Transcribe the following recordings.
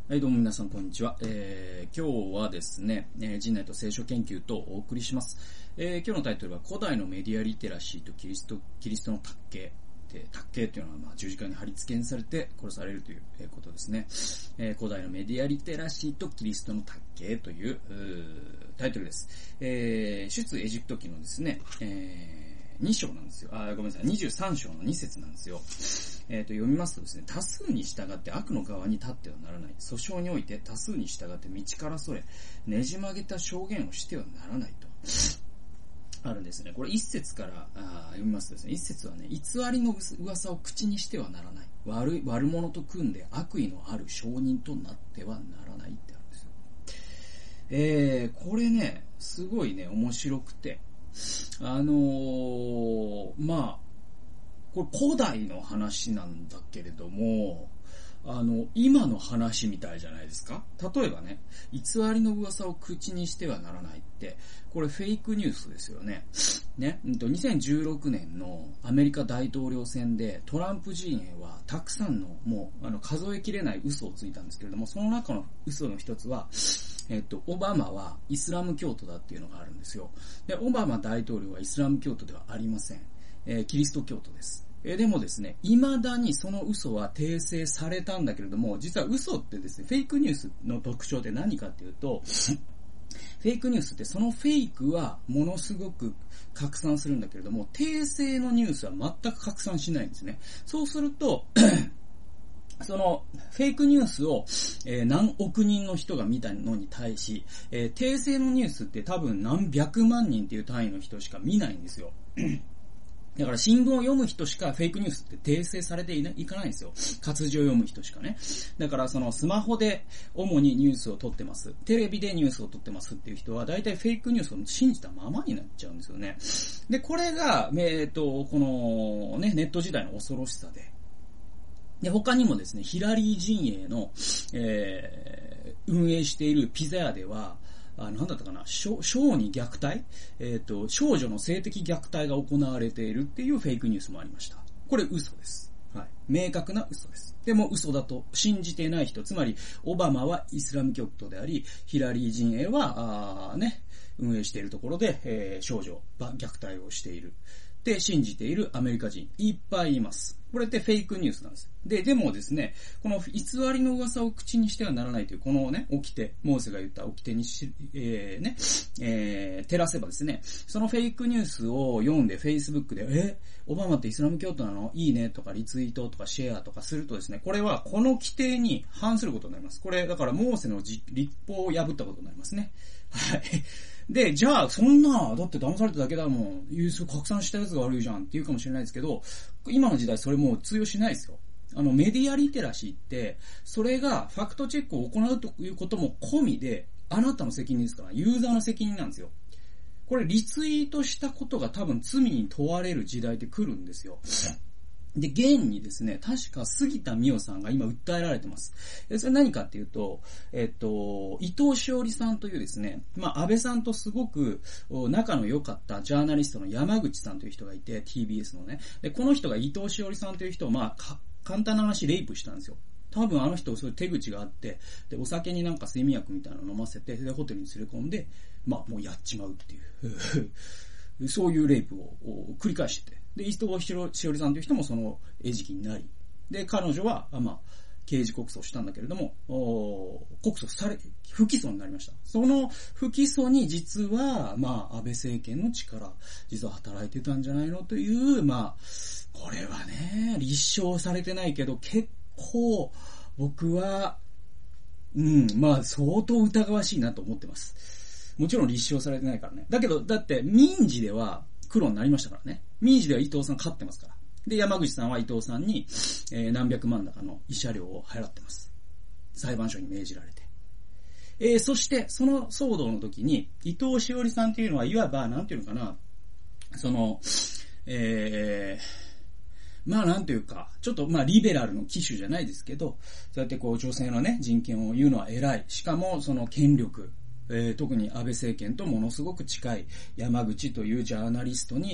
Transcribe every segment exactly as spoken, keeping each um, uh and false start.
はい、どうも皆さんこんにちは。えー、今日はですね、えー、陣内と聖書研究とお送りします。えー、今日のタイトルは古代のメディアリテラシーとキリスト、キリストの卓形。で、卓形というのはまあ十字架に貼り付けにされて殺されるということですね。えー、古代のメディアリテラシーとキリストの卓形という、うタイトルです。えー、出エジプト記のですね、えーに章なんですよ。あ、ごめんなさい。にじゅうさん章のに節なんですよ。えっと、読みますとですね、多数に従って悪の側に立ってはならない。訴訟において多数に従って道からそれ、ねじ曲げた証言をしてはならないと。あるんですね。これ一節からあ読みますとですね、一節はね、偽りの噂を口にしてはならない。悪い、悪者と組んで悪意のある証人となってはならないってあるんですよ。えー、これね、すごいね、面白くて、あのー、まあ、これ古代の話なんだけれども、あの、今の話みたいじゃないですか。例えばね、偽りの噂を口にしてはならないって、これフェイクニュースですよね。ね、にせんじゅうろくねんのアメリカ大統領選でトランプ陣営はたくさんのもうあの数えきれない嘘をついたんですけれども、その中の嘘の一つは、えっと、オバマはイスラム教徒だっていうのがあるんですよ。で、オバマ大統領はイスラム教徒ではありません。えー、キリスト教徒です。えー、でもですね、未だにその嘘は訂正されたんだけれども、実は嘘ってですね、フェイクニュースの特徴って何かっていうと、フェイクニュースってそのフェイクはものすごく拡散するんだけれども、訂正のニュースは全く拡散しないんですね。そうすると、そのフェイクニュースを、えー、何億人の人が見たのに対し、えー、訂正のニュースって多分何百万人っていう単位の人しか見ないんですよ。だから新聞を読む人しかフェイクニュースって訂正されていない、いかないんですよ。活字を読む人しかね。だからそのスマホで主にニュースを撮ってます。テレビでニュースを撮ってますっていう人は大体フェイクニュースを信じたままになっちゃうんですよね。で、これが、えっと、このね、ネット時代の恐ろしさで。で、他にもですね、ヒラリー陣営の、えー、運営しているピザ屋では、あ、なんだったかな、小に虐待、えっと、少女の性的虐待が行われているっていうフェイクニュースもありました。これ嘘です。はい。明確な嘘です。でも嘘だと信じていない人、つまり、オバマはイスラム教徒であり、ヒラリー陣営は、あね、運営しているところで、えー、少女、虐待をしている。って信じているアメリカ人いっぱいいます。これってフェイクニュースなんです。で、でもですね、この偽りの噂を口にしてはならないという、このね、掟、モーセが言った掟にし、えー、ね、えー、照らせばですね、そのフェイクニュースを読んで Facebook で、え、オバマってイスラム教徒なの？いいねとかリツイートとかシェアとかするとですね、これはこの規定に反することになります。これ、だからモーセの立法を破ったことになりますね。はい。で、じゃあ、そんな、だって騙されただけだもん、優秀拡散したやつが悪いじゃんって言うかもしれないですけど、今の時代それもう通用しないですよ。あの、メディアリテラシーって、それがファクトチェックを行うということも込みで、あなたの責任ですから、ユーザーの責任なんですよ。これ、リツイートしたことが多分罪に問われる時代って来るんですよ。で、現にですね、確か杉田水脈さんが今訴えられてます。それ何かっていうと、えっと、伊藤詩織さんというですね、まあ、安倍さんとすごく仲の良かったジャーナリストの山口さんという人がいて、ティービーエス のね。で、この人が伊藤詩織さんという人を、まあ、簡単な話、レイプしたんですよ。多分あの人、そういう手口があって、で、お酒になんか睡眠薬みたいなの飲ませて、で、ホテルに連れ込んで、まあ、もうやっちまうっていう、そういうレイプを繰り返してて。で、伊藤詩織さんという人もその餌食になり、で、彼女は、まあ、刑事告訴したんだけれども、告訴され、不起訴になりました。その不起訴に実は、まあ、安倍政権の力、実は働いてたんじゃないのという、まあ、これはね、立証されてないけど、結構、僕は、うん、まあ、相当疑わしいなと思ってます。もちろん立証されてないからね。だけど、だって、民事では、黒になりましたからね。民事では伊藤さん勝ってますから。で、山口さんは伊藤さんに、えー、何百万高の慰謝料を払ってます。裁判所に命じられて。えー、そして、その騒動の時に、伊藤詩織さんっていうのは、いわば、なんていうのかな、その、えー、まあなんていうか、ちょっとまあリベラルの機種じゃないですけど、そうやってこう女性のね、人権を言うのは偉い。しかも、その権力、えー、特に安倍政権とものすごく近い山口というジャーナリストに、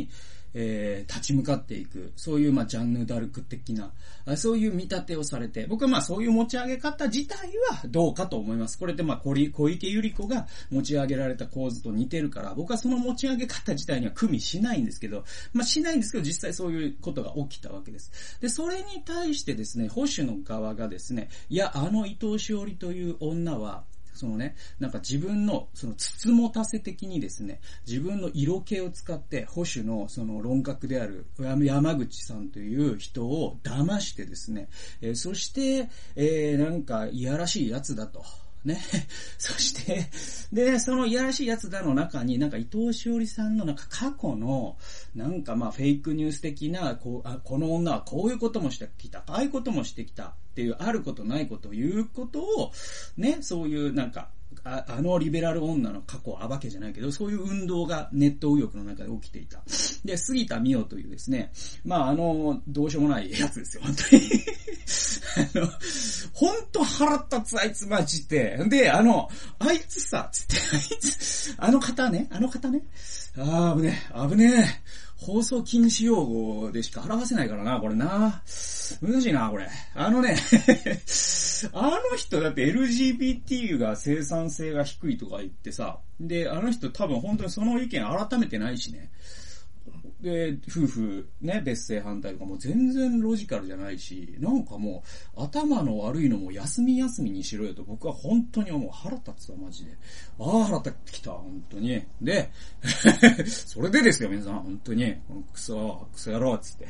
えー、立ち向かっていく、そういうまあジャンヌ・ダルク的な、そういう見立てをされて、僕はまあそういう持ち上げ方自体はどうかと思います。これってまあ小池百合子が持ち上げられた構図と似てるから、僕はその持ち上げ方自体には組みしないんですけど、まあしないんですけど、実際そういうことが起きたわけです。で、それに対してですね、保守の側がですね、いや、あの伊藤詩織という女は、そのね、なんか自分の、そのつつもたせ的にですね、自分の色気を使って、保守のその論客である山口さんという人を騙してですね、えー、そして、えー、なんかいやらしいやつだと。ね。そして、で、そのいやらしいやつだの中に、なんか伊藤詩織さんのなんか過去の、なんかまあフェイクニュース的な、こう、あ、この女はこういうこともしてきた、ああいうこともしてきたっていう、あることないことを言うことを、ね、そういうなんか、あ, あのリベラル女の過去を暴けじゃないけど、そういう運動がネット右翼の中で起きていた。で、杉田水脈というですね、まああの、どうしようもないやつですよ、本当に。あの、本当腹立つあいつマジで。で、あの、あいつさ、つって、あいつ、あの方ね、あの方ね、あー、危ねえ、危ねえ。放送禁止用語でしか表せないからな、これな。難しいな、これ。あのね、あの人だって エルジービーティー が生産性が低いとか言ってさ、で、あの人多分本当にその意見改めてないしね。で、夫婦ね、別姓反対とかも全然ロジカルじゃないし、なんかもう、頭の悪いのも休み休みにしろよと僕は本当に思う。腹立つわ、マジで。ああ、腹立ってきた、本当に。で、それでですよ、皆さん、本当に。このクソ、クソ野郎、つって。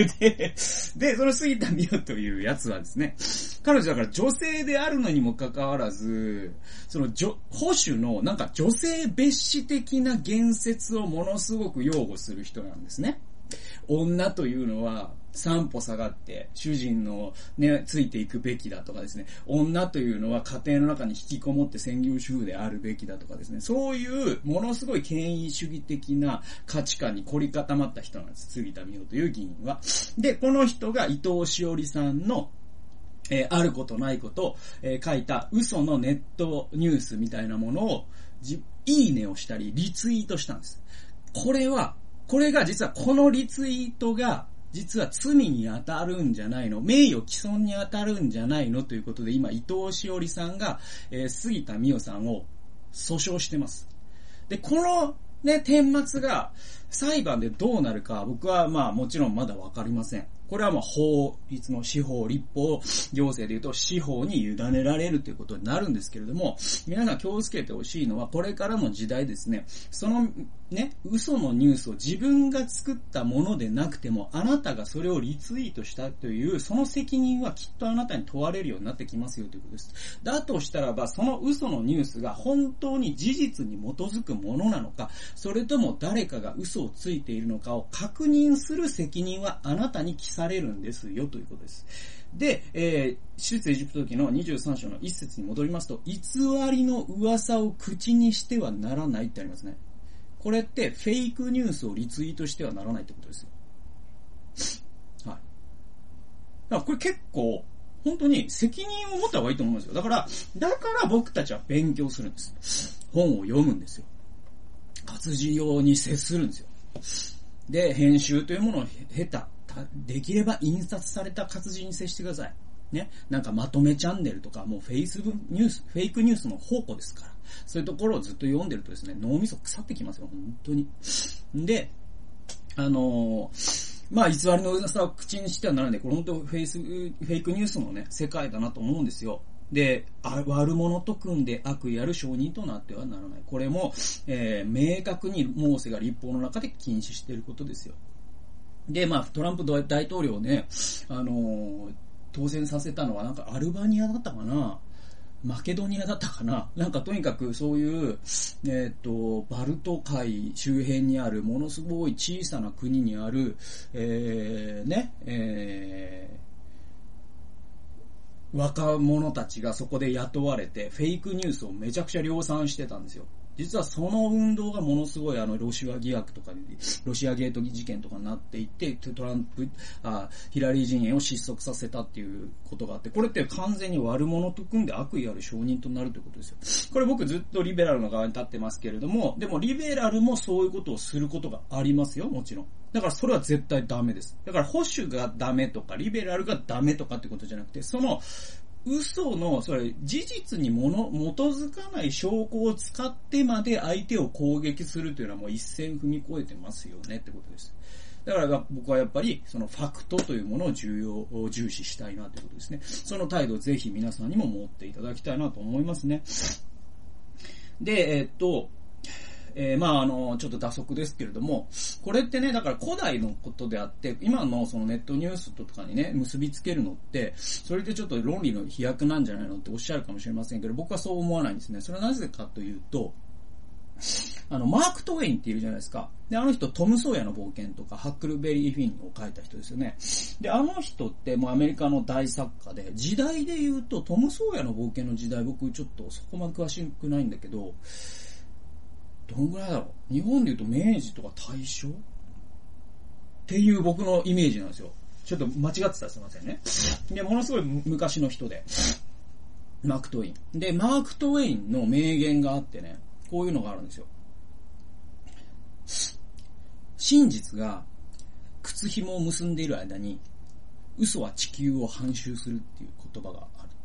で、で、その杉田水脈というやつはですね、彼女だから女性であるのにもかかわらず、その、保守のなんか女性蔑視的な言説をものすごく擁護する人なんです。ですね。女というのは三歩下がって主人のね、ついていくべきだとかですね。女というのは家庭の中に引きこもって専業主婦であるべきだとかですね。そういうものすごい権威主義的な価値観に凝り固まった人なんです。杉田水脈という議員は。で、この人が伊藤詩織さんのえー、あることないこと、えー、書いた嘘のネットニュースみたいなものをじいいねをしたりリツイートしたんです。これはこれが実はこのリツイートが実は罪に当たるんじゃないの、名誉毀損に当たるんじゃないのということで今伊藤詩織さんが、えー、杉田水脈さんを訴訟してます。で、このね、顛末が裁判でどうなるか僕はまあもちろんまだわかりません。これはまあ法律の司法、立法、行政で言うと司法に委ねられるということになるんですけれども、皆さん気をつけてほしいのはこれからの時代ですね、そのね、嘘のニュースを自分が作ったものでなくてもあなたがそれをリツイートしたというその責任はきっとあなたに問われるようになってきますよということです。だとしたらばその嘘のニュースが本当に事実に基づくものなのか、それとも誰かが嘘をついているのかを確認する責任はあなたに記されるんですよということです。で、えー、出エジプト記のにじゅうさん章の一節に戻りますと、偽りの噂を口にしてはならないってありますね。これってフェイクニュースをリツイートしてはならないってことですよ。はい。だからこれ結構本当に責任を持った方がいいと思うんですよ。だから、だから僕たちは勉強するんです。本を読むんですよ。活字用に接するんですよ。で、編集というものを経た、できれば印刷された活字に接してください。ね。なんかまとめチャンネルとか、もうフェイスブックニュース、フェイクニュースの宝庫ですから。そういうところをずっと読んでるとですね、脳みそ腐ってきますよ、本当に。で、あのー、まあ、偽りの噂を口にしてはならない。これ本当フェイス、フェイクニュースのね、世界だなと思うんですよ。で、悪者と組んで悪意ある証人となってはならない。これも、えー、明確にモーセが立法の中で禁止していることですよ。で、まあ、トランプ大統領ね、あのー、当選させたのはなんかアルバニアだったかな、マケドニアだったかな、なんかとにかくそういう、えっと、バルト海周辺にあるものすごい小さな国にある、えー、ね、えー、若者たちがそこで雇われてフェイクニュースをめちゃくちゃ量産してたんですよ。 実はその運動がものすごいあのロシア疑惑とか、ロシアゲート事件とかになっていって、トランプ、あヒラリー陣営を失速させたっていうことがあって、これって完全に悪者と組んで悪意ある証人となるということですよ。これ僕ずっとリベラルの側に立ってますけれども、でもリベラルもそういうことをすることがありますよ、もちろん。だからそれは絶対ダメです。だから保守がダメとか、リベラルがダメとかってことじゃなくて、その、嘘の、それ、事実にもの、基づかない証拠を使ってまで相手を攻撃するというのはもう一線踏み越えてますよねってことです。だから僕はやっぱり、そのファクトというものを重要、重視したいなということですね。その態度をぜひ皆さんにも持っていただきたいなと思いますね。で、えー、っと、えー、まああの、ちょっと打足ですけれども、これってね、だから古代のことであって、今のそのネットニュースとかにね、結びつけるのって、それでちょっと論理の飛躍なんじゃないのっておっしゃるかもしれませんけど、僕はそう思わないんですね。それはなぜかというと、あの、マーク・トウェインっているじゃないですか。で、あの人、トム・ソーヤの冒険とか、ハックルベリー・フィンを書いた人ですよね。で、あの人ってもうアメリカの大作家で、時代で言うと、トム・ソーヤの冒険の時代、僕ちょっとそこまで詳しくないんだけど、どんぐらいだろう。日本で言うと明治とか大正っていう僕のイメージなんですよ。ちょっと間違ってたらすいませんね。で、ものすごい昔の人で、マーク・トウェイン。で、マーク・トウェインの名言があってね、こういうのがあるんですよ。真実が靴紐を結んでいる間に、嘘は地球を半周するっていう言葉があるって。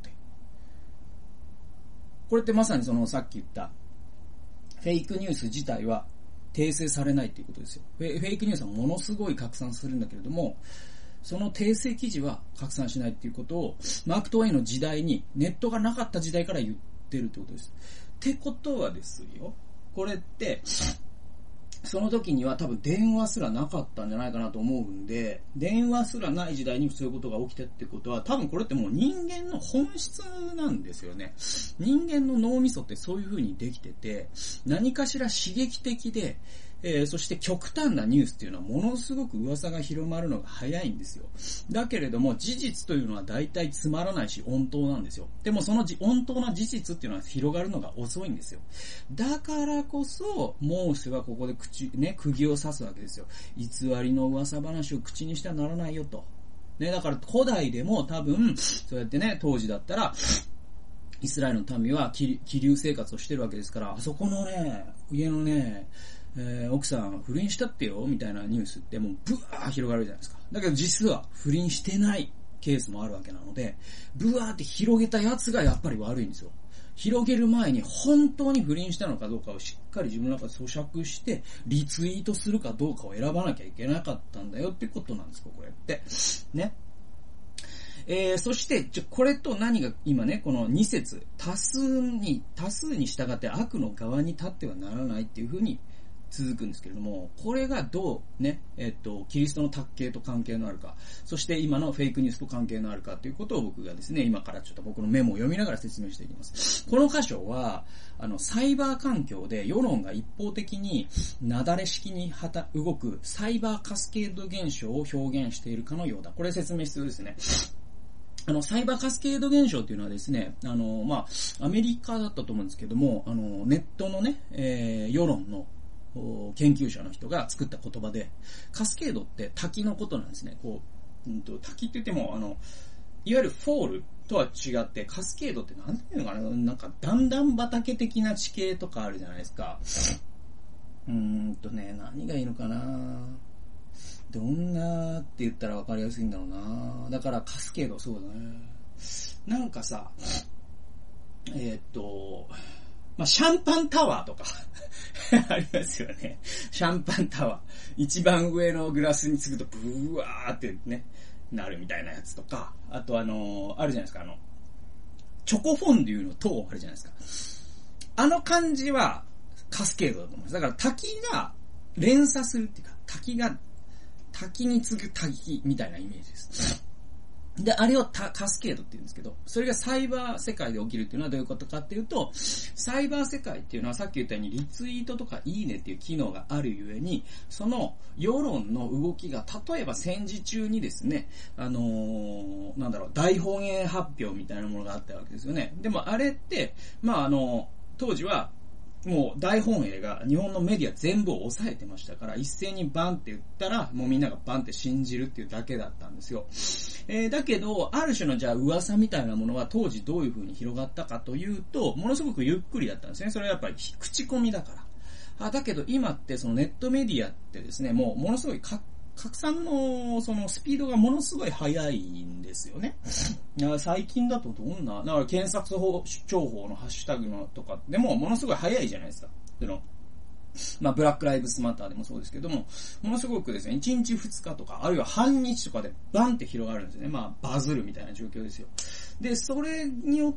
これってまさにそのさっき言った、フェイクニュース自体は訂正されないということですよ。フェイクニュースはものすごい拡散するんだけれども、その訂正記事は拡散しないということを、マーク・トウェインの時代に、ネットがなかった時代から言ってるということです。ってことはですよ、これって、その時には多分電話すらなかったんじゃないかなと思うんで、電話すらない時代にそういうことが起きてってことは、多分これってもう人間の本質なんですよね。人間の脳みそってそういう風にできてて、何かしら刺激的で、えー、そして極端なニュースっていうのはものすごく噂が広まるのが早いんですよ。だけれども事実というのは大体つまらないし温当なんですよ。でもその温当な事実っていうのは広がるのが遅いんですよ。だからこそ、モーセはここで口、ね、釘を刺すわけですよ。偽りの噂話を口にしてはならないよと。ね、だから古代でも多分、そうやってね、当時だったら、イスラエルの民は気流生活をしてるわけですから、あそこのね、家のね、えー、奥さん不倫したってよみたいなニュースってもうブワー広がるじゃないですか。だけど実は不倫してないケースもあるわけなので、ブワーって広げたやつがやっぱり悪いんですよ。広げる前に本当に不倫したのかどうかをしっかり自分の中で咀嚼してリツイートするかどうかを選ばなきゃいけなかったんだよってことなんですか、これってね。えー、そしてちょこれと何が今ね、このに節、多数に多数に従って悪の側に立ってはならないっていう風に続くんですけれども、これがどうね、えっと、キリストの卓形と関係のあるか、そして今のフェイクニュースと関係のあるかということを僕がですね、今からちょっと僕のメモを読みながら説明していきます。この箇所は、あの、サイバー環境で世論が一方的になだれ式にはた動くサイバーカスケード現象を表現しているかのようだ。これ説明必要ですね。あの、サイバーカスケード現象というのはですね、あの、まあ、アメリカだったと思うんですけども、あの、ネットのね、えー、世論の研究者の人が作った言葉で、カスケードって滝のことなんですね。こう、うんと、滝って言っても、あの、いわゆるフォールとは違って、カスケードって何ていうのかな、なんか段々畑的な地形とかあるじゃないですか。うーんとね、何がいいのかな。どんなって言ったら分かりやすいんだろうな。だからカスケード、そうだね。なんかさ、えー、っと、まあ、シャンパンタワーとかありますよね。シャンパンタワー。一番上のグラスにつぐとブワーってね、なるみたいなやつとか。あとあのー、あるじゃないですか、あの、チョコフォンデュの塔あるじゃないですか。あの感じはカスケードだと思います。だから滝が連鎖するっていうか、滝が、滝に次ぐ滝みたいなイメージです。で、あれをカスケードって言うんですけど、それがサイバー世界で起きるっていうのはどういうことかっていうと、サイバー世界っていうのはさっき言ったようにリツイートとかいいねっていう機能があるゆえに、その世論の動きが、例えば戦時中にですね、あのー、なんだろう、大本営発表みたいなものがあったわけですよね。でもあれって、まああの、当時は、 もう大本営が日本のメディア全部を抑えてましたから、一斉にバンって言ったら、もうみんながバンって信じるっていうだけだったんですよ。えー、だけど、ある種のじゃあ噂みたいなものは当時どういう風に広がったかというと、ものすごくゆっくりだったんですね。それはやっぱり口コミだから。あ、だけど今ってそのネットメディアってですね、もうものすごいか拡散のそのスピードがものすごい速いんですよね。最近だとどんな、だから検索情報のハッシュタグのとかでもものすごい速いじゃないですか。そのまあ、ブラックライブスマターでもそうですけども、ものすごくですね、いちにちふつかとか、あるいは半日とかでバンって広がるんですね。まあ、バズるみたいな状況ですよ。で、それによって、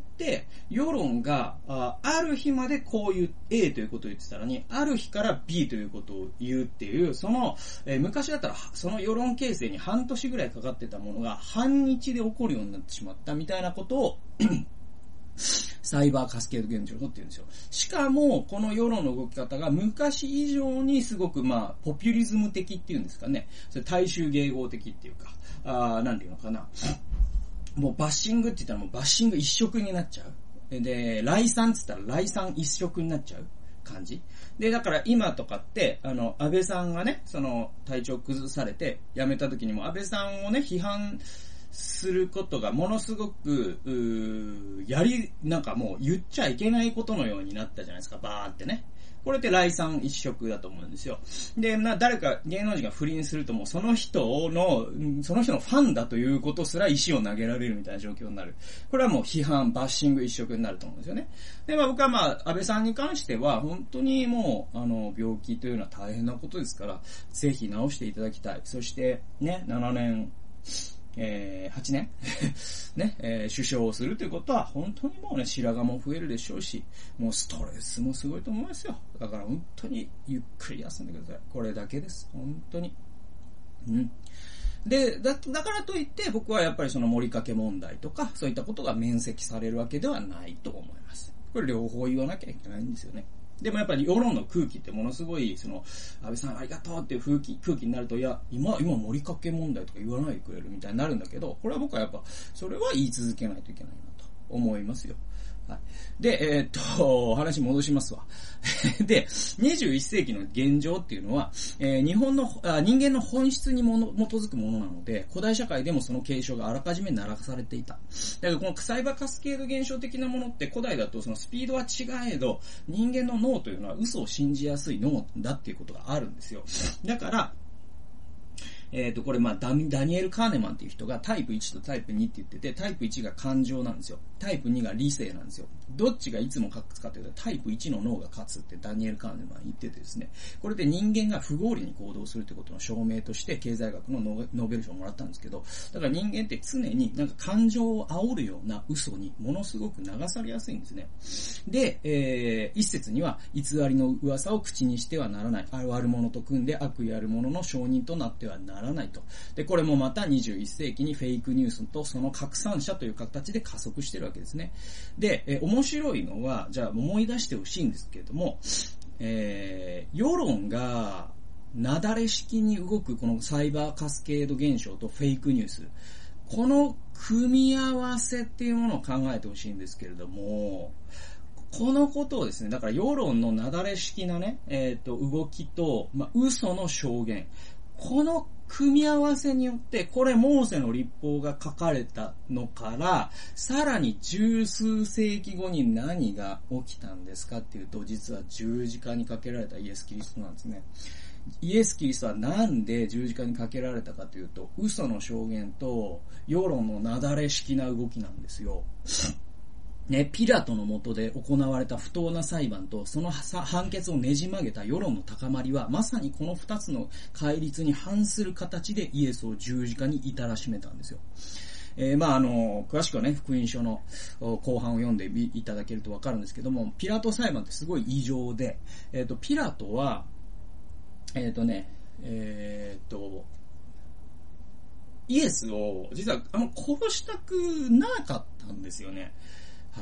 世論が、あ, ある日までこういう A ということを言ってたのに、ある日から B ということを言うっていう、その、えー、昔だったら、その世論形成に半年ぐらいかかってたものが、半日で起こるようになってしまったみたいなことを、サイバーカスケード現象とって言うんですよ。しかも、この世論の動き方が昔以上にすごく、まあ、ポピュリズム的っていうんですかね。それ大衆迎合的っていうか、あー、なんていうのかな。もうバッシングって言ったらもうバッシング一色になっちゃう。で、来賛って言ったら来賛一色になっちゃう感じ。で、だから今とかって、あの、安倍さんがね、その、体調崩されて辞めた時にも安倍さんをね、批判、することがものすごく、うーやり、なんかもう言っちゃいけないことのようになったじゃないですか、バーってね。これって来賛一色だと思うんですよ。で、な、誰か芸能人が不倫するともうその人の、その人のファンだということすら石を投げられるみたいな状況になる。これはもう批判、バッシング一色になると思うんですよね。で、まあ僕はまあ安倍さんに関しては本当にもう、あの、病気というのは大変なことですから、ぜひ治していただきたい。そしてね、ななねん、えー、はちねんね、えー、首相をするということは本当にもうね、白髪も増えるでしょうし、もうストレスもすごいと思いますよ。だから本当にゆっくり休んでください。これだけです。本当に。うん。で、だ、だからといって僕はやっぱりその盛りかけ問題とか、そういったことが免責されるわけではないと思います。これ両方言わなきゃいけないんですよね。でもやっぱり世論の空気ってものすごい、その、安倍さんありがとうっていう空気、空気になると、いや、今、今盛りかけ問題とか言わないでくれるみたいになるんだけど、これは僕はやっぱ、それは言い続けないといけないなと思いますよ。はい。で、えー、っと、話戻しますわ。で、にじゅういっせいきの現状っていうのは、えー、日本のあ、人間の本質にもの基づくものなので、古代社会でもその継承があらかじめ鳴らされていた。だけど、このサイバーカスケード現象的なものって古代だとそのスピードは違えど、人間の脳というのは嘘を信じやすい脳だっていうことがあるんですよ。だから、えっと、これまあダ、ダニエル・カーネマンっていう人がタイプいちとタイプにって言ってて、タイプいちが感情なんですよ。タイプにが理性なんですよ。どっちがいつも勝つかというと、タイプいちの脳が勝つってダニエル・カーネマン言っててですね、これで人間が不合理に行動するということの証明として経済学のノーベル賞をもらったんですけど、だから人間って常になんか感情を煽るような嘘にものすごく流されやすいんですね。で、えー、一説には偽りの噂を口にしてはならない。悪者と組んで悪意ある者の証人となってはならないと。で、これもまたにじゅういっせいきにフェイクニュースとその拡散者という形で加速してるわけですね。で、えー、面白いのは、じゃあ思い出してほしいんですけれども、えー、世論がなだれ式に動くこのサイバーカスケード現象とフェイクニュース、この組み合わせっていうものを考えてほしいんですけれども、このことをですね、だから世論のなだれ式なね、えっと、動きと、まあ、嘘の証言、この組み合わせによって、これモーセの立法が書かれたのから、さらに十数世紀後に何が起きたんですかっていうと、実は十字架にかけられたイエス・キリストなんですね。イエス・キリストはなんで十字架にかけられたかというと、嘘の証言と世論のなだれ式な動きなんですよ。ね、ピラトの下で行われた不当な裁判とその判決をねじ曲げた世論の高まりはまさにこの二つの戒律に反する形でイエスを十字架に至らしめたんですよ。えー、まああの詳しくはね福音書の後半を読んでいただけるとわかるんですけども、ピラト裁判ってすごい異常で、えっとピラトはえっとねえっとイエスを実はあの殺したくなかったんですよね。はい。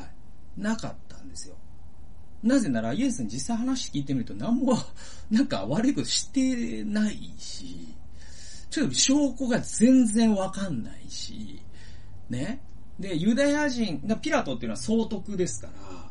なかったんですよ。なぜならイエスに実際話聞いてみると何もなんか悪いことしてないし、ちょっと証拠が全然わかんないし、ね。で、ユダヤ人、ピラトっていうのは総督ですから、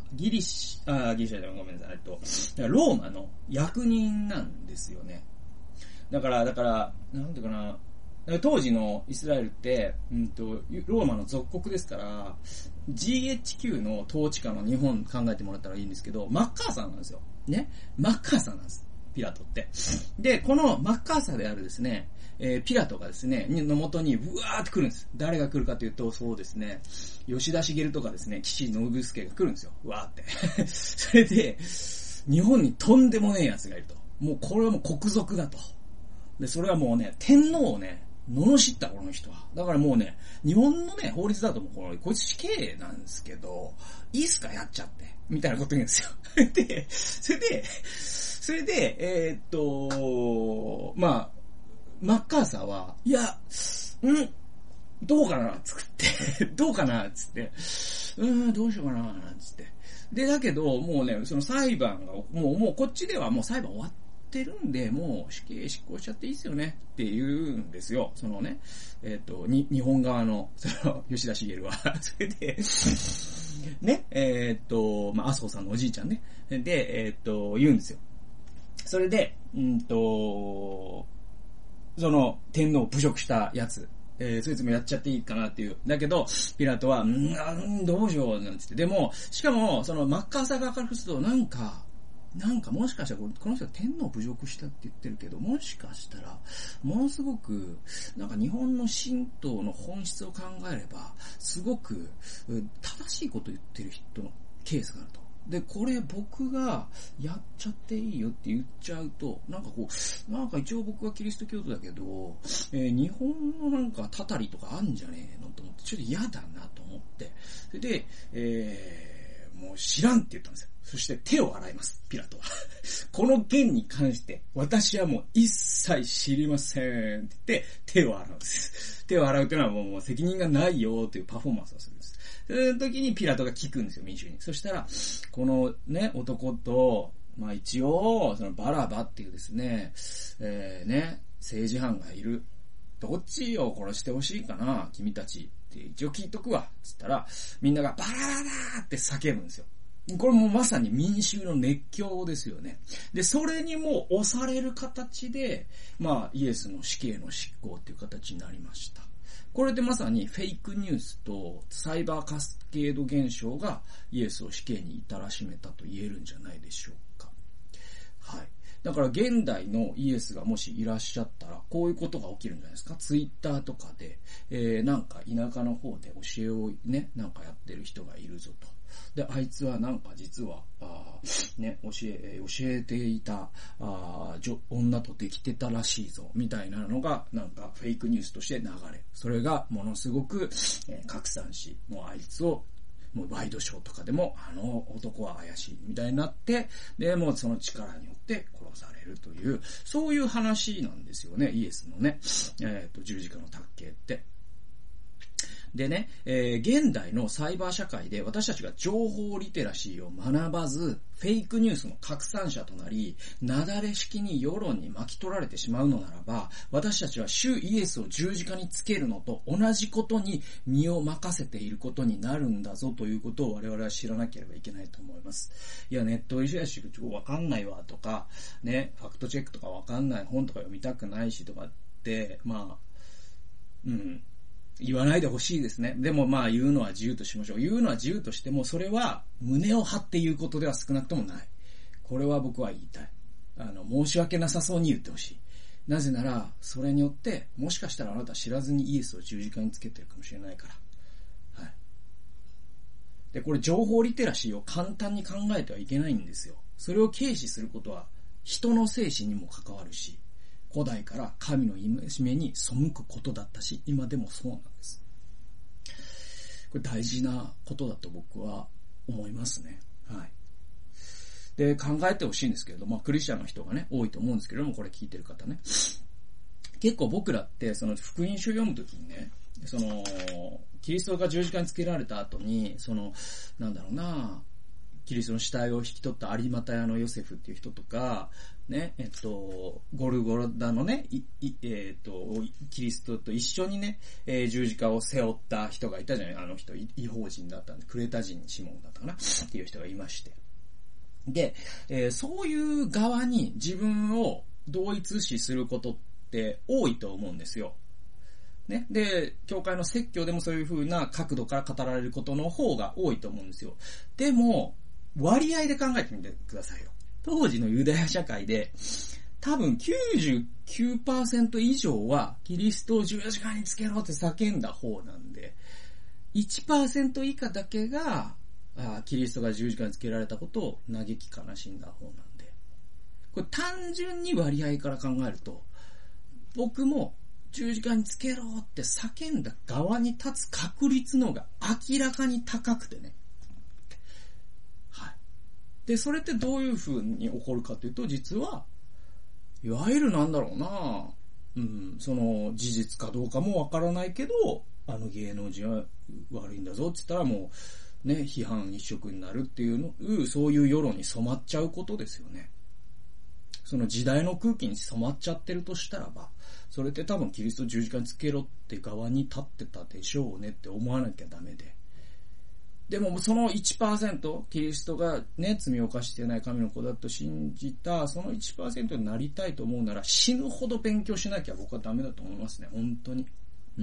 ギリシあギリシャじゃごめんなさい、えっとローマの役人なんですよね。だからだからなんていうかな、当時のイスラエルって、うんと、ローマの属国ですから、ジーエイチキュー の統治下の日本考えてもらったらいいんですけど、マッカーサーなんですよ。ね。マッカーサーなんです。ピラトって。で、このマッカーサーであるですね、えー、ピラトがですね、の元にうわーって来るんです。誰が来るかというと、そうですね、吉田茂とかですね、岸信介が来るんですよ。うわーって。それで、日本にとんでもねえ奴がいると。もうこれはもう国賊だと。で、それはもうね、天皇をね、罵ったこの人は。だからもうね、日本のね、法律だともうこれ、こいつ死刑なんですけど、いいっすかやっちゃって。みたいなこと言うんですよ。で、それで、それで、えー、っと、まあ、マッカーサーは、いや、んどうかなつって、どうかなつって、うーん、どうしようかななんつって。で、だけど、もうね、その裁判が、もう、もうこっちではもう裁判終わって、ってるんで、もう死刑執行しちゃっていいっすよねって言うんですよ。そのね、えっと、に、日本側の、その、吉田茂は。それで、ね、えっと、まあ、麻生さんのおじいちゃんね。で、えっと、言うんですよ。それで、うんと、その、天皇を侮辱したやつ。えー、そいつもやっちゃっていいかなっていう。だけど、ピラトは、んー、どうしよう、なんつって。でも、しかも、その、マッカーサー側からすると、なんか、なんかもしかしたらこの人は天皇を侮辱したって言ってるけど、もしかしたらものすごくなんか日本の神道の本質を考えればすごく正しいことを言ってる人のケースがあると。で、これ僕がやっちゃっていいよって言っちゃうと、なんかこう、なんか一応僕はキリスト教徒だけど、えー、日本のなんかたたりとかあんじゃねえのと思って、ちょっと嫌だなと思って、それで、えー、もう知らんって言ったんですよ。そして手を洗います、ピラトは。この件に関して、私はもう一切知りませんって言って、手を洗うんです。手を洗うというのはもう責任がないよというパフォーマンスをするんです。その時にピラトが聞くんですよ、民衆に。そしたら、このね、男と、まあ一応、そのバラバっていうですね、えー、ね、政治犯がいる。どっちを殺してほしいかな、君たち。って一応聞いとくわ。つったら、みんながバラバラーって叫ぶんですよ。これもまさに民衆の熱狂ですよね。で、それにも押される形で、まあ、イエスの死刑の執行という形になりました。これでまさにフェイクニュースとサイバーカスケード現象がイエスを死刑に至らしめたと言えるんじゃないでしょうか。はい。だから現代のイエスがもしいらっしゃったら、こういうことが起きるんじゃないですか。ツイッターとかで、えー、なんか田舎の方で教えをね、なんかやってる人がいるぞと。で、あいつはなんか実は、あね、教え、教えていた、あ女とできてたらしいぞ、みたいなのが、なんかフェイクニュースとして流れ。それがものすごく、えー、拡散し、もうあいつを、もうワイドショーとかでも、あの男は怪しい、みたいになって、で、もうその力によって殺されるという、そういう話なんですよね、イエスのね、えっと、十字架の卓形って。でね、えー、現代のサイバー社会で私たちが情報リテラシーを学ばず、フェイクニュースの拡散者となり、なだれ式に世論に巻き取られてしまうのならば、私たちは主イエスを十字架につけるのと同じことに身を任せていることになるんだぞということを我々は知らなければいけないと思います。いや、ネットリテラシーがわかんないわとか、ね、ファクトチェックとかわかんない、本とか読みたくないしとかって、まあ、うん。言わないでほしいですね。でもまあ言うのは自由としましょう。言うのは自由としても、それは胸を張って言うことでは少なくともない。これは僕は言いたい。あの、申し訳なさそうに言ってほしい。なぜなら、それによって、もしかしたらあなたは知らずにイエスを十字架につけてるかもしれないから。はい。で、これ情報リテラシーを簡単に考えてはいけないんですよ。それを軽視することは、人の生死にも関わるし、古代から神の戒めに背くことだったし、今でもそうなんです。これ大事なことだと僕は思いますね。はい。で、考えてほしいんですけれども、まあ、クリスチャンの人がね、多いと思うんですけれども、これ聞いてる方ね。結構僕らって、その福音書を読むときにね、その、キリストが十字架につけられた後に、その、なんだろうな、 キリストの死体を引き取ったアリマタヤのヨセフっていう人とか、ね、えっと、ゴルゴダのね、いいえっと、キリストと一緒にね、えー、十字架を背負った人がいたじゃない、あの人、異邦人だったんで、クレタ人シモンだったかなっていう人がいまして。で、えー、そういう側に自分を同一視することって多いと思うんですよ。ね。で、教会の説教でもそういう風な角度から語られることの方が多いと思うんですよ。でも、割合で考えてみてくださいよ。当時のユダヤ社会で、多分 きゅうじゅうきゅうパーセント 以上はキリストを十字架につけろって叫んだ方なんで、いちパーセント 以下だけが、あキリストが十字架につけられたことを嘆き悲しんだ方なんで、これ単純に割合から考えると、僕も十字架につけろって叫んだ側に立つ確率の方が明らかに高くてね。はい。で、それってどういう風に起こるかというと、実は、いわゆるなんだろうな、うん、その事実かどうかもわからないけど、あの芸能人は悪いんだぞって言ったらもう、ね、批判一色になるっていうの、そういう世論に染まっちゃうことですよね。その時代の空気に染まっちゃってるとしたらば、それって多分キリスト十字架につけろって側に立ってたでしょうねって思わなきゃダメで。でもその いちパーセント、キリストがね、罪を犯してない神の子だと信じた、その いちパーセント になりたいと思うなら死ぬほど勉強しなきゃ僕はダメだと思いますね、本当に。うん。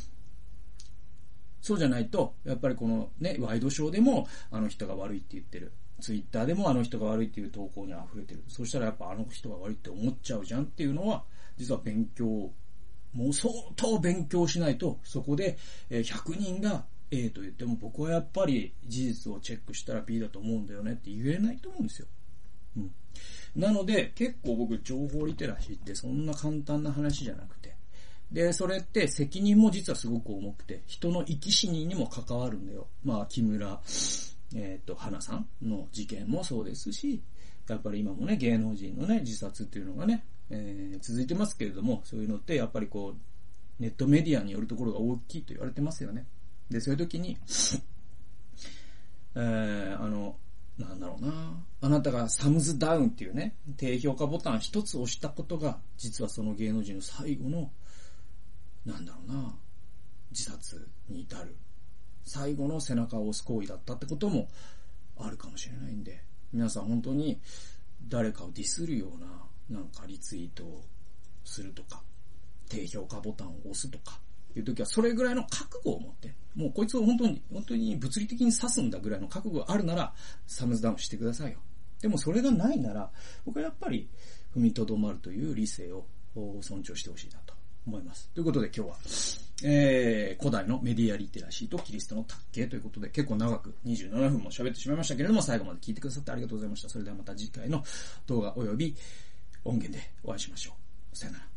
そうじゃないと、やっぱりこのね、ワイドショーでもあの人が悪いって言ってる。ツイッターでもあの人が悪いっていう投稿に溢れてる。そしたらやっぱあの人が悪いって思っちゃうじゃんっていうのは、実は勉強、もう相当勉強しないと、そこでひゃくにんが A と言っても僕はやっぱり事実をチェックしたら B だと思うんだよねって言えないと思うんですよ。うん。なので結構僕情報リテラシーってそんな簡単な話じゃなくて、で、それって責任も実はすごく重くて、人の生き死ににも関わるんだよ。まあ、木村、えっと、花さんの事件もそうですし、やっぱり今もね、芸能人のね、自殺っていうのがね、えー、続いてますけれども、そういうのってやっぱりこう、ネットメディアによるところが大きいと言われてますよね。で、そういう時に、えー、あの、なんだろうな、あなたがサムズダウンっていうね、低評価ボタン一つ押したことが、実はその芸能人の最後の、なんだろうな、自殺に至る最後の背中を押す行為だったってこともあるかもしれないんで、皆さん本当に誰かをディスるようななんかリツイートをするとか、低評価ボタンを押すとかいう時はそれぐらいの覚悟を持って、もうこいつを本当に本当に物理的に刺すんだぐらいの覚悟があるならサムズダウンしてくださいよ。でもそれがないなら僕はやっぱり踏みとどまるという理性を尊重してほしいなと思います。ということで今日は、えー、古代のメディアリテラシーとキリストの卓形ということで結構長くにじゅうななふんも喋ってしまいましたけれども、最後まで聞いてくださってありがとうございました。それではまた次回の動画及び音源でお会いしましょう。さよなら。